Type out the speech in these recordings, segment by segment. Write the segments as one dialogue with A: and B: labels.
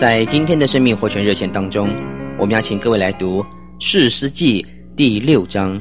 A: 在今天的生命活泉热线当中，我们要请各位来读士师记第6章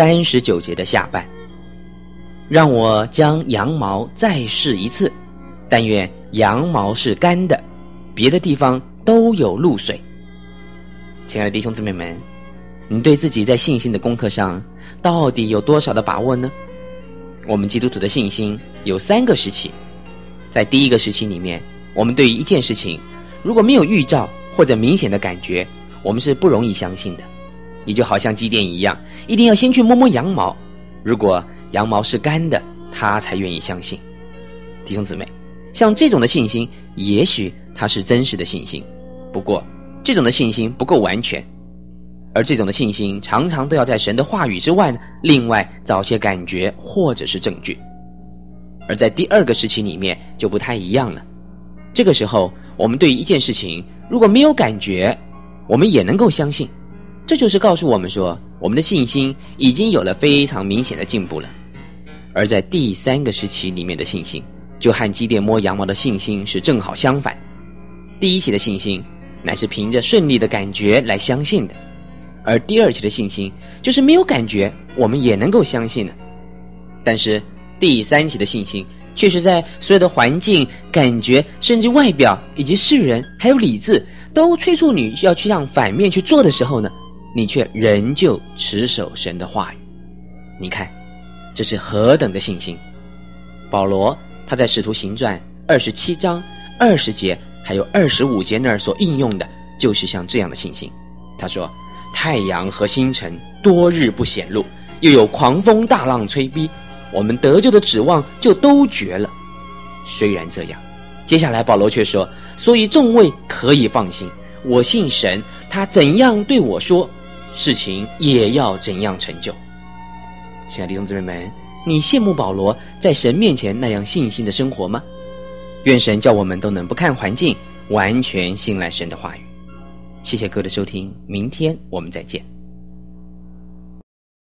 A: 39节的下半。让我将羊毛再试一次，但愿羊毛是干的，别的地方都有露水。亲爱的弟兄姊妹们，你对自己在信心的功课上到底有多少的把握呢？我们基督徒的信心有3个时期。在第一个时期里面，我们对于一件事情如果没有预兆或者明显的感觉，我们是不容易相信的。也就好像基甸一样，一定要先去摸摸羊毛，如果羊毛是干的，他才愿意相信。弟兄姊妹，像这种的信心，也许它是真实的信心，不过这种的信心不够完全，而这种的信心常常都要在神的话语之外另外找些感觉或者是证据。而在第2个时期里面就不太一样了。这个时候我们对于一件事情如果没有感觉，我们也能够相信，这就是告诉我们说，我们的信心已经有了非常明显的进步了。而在第3个时期里面的信心，就和基甸摸羊毛的信心是正好相反。第1期的信心乃是凭着顺利的感觉来相信的，而第2期的信心就是没有感觉我们也能够相信的。但是第3期的信心却是在所有的环境、感觉，甚至外表以及世人还有理智都催促你要去向反面去做的时候呢，你却仍旧持守神的话语。你看这是何等的信心。保罗他在使徒行传27章20节还有25节那儿所应用的就是像这样的信心。他说，太阳和星辰多日不显露，又有狂风大浪吹逼，我们得救的指望就都绝了。虽然这样，接下来保罗却说，所以众位可以放心，我信神，他怎样对我说，事情也要怎样成就。亲爱的弟兄姊妹们，你羡慕保罗在神面前那样信心的生活吗？愿神叫我们都能不看环境，完全信赖神的话语。谢谢各位的收听，明天我们再见。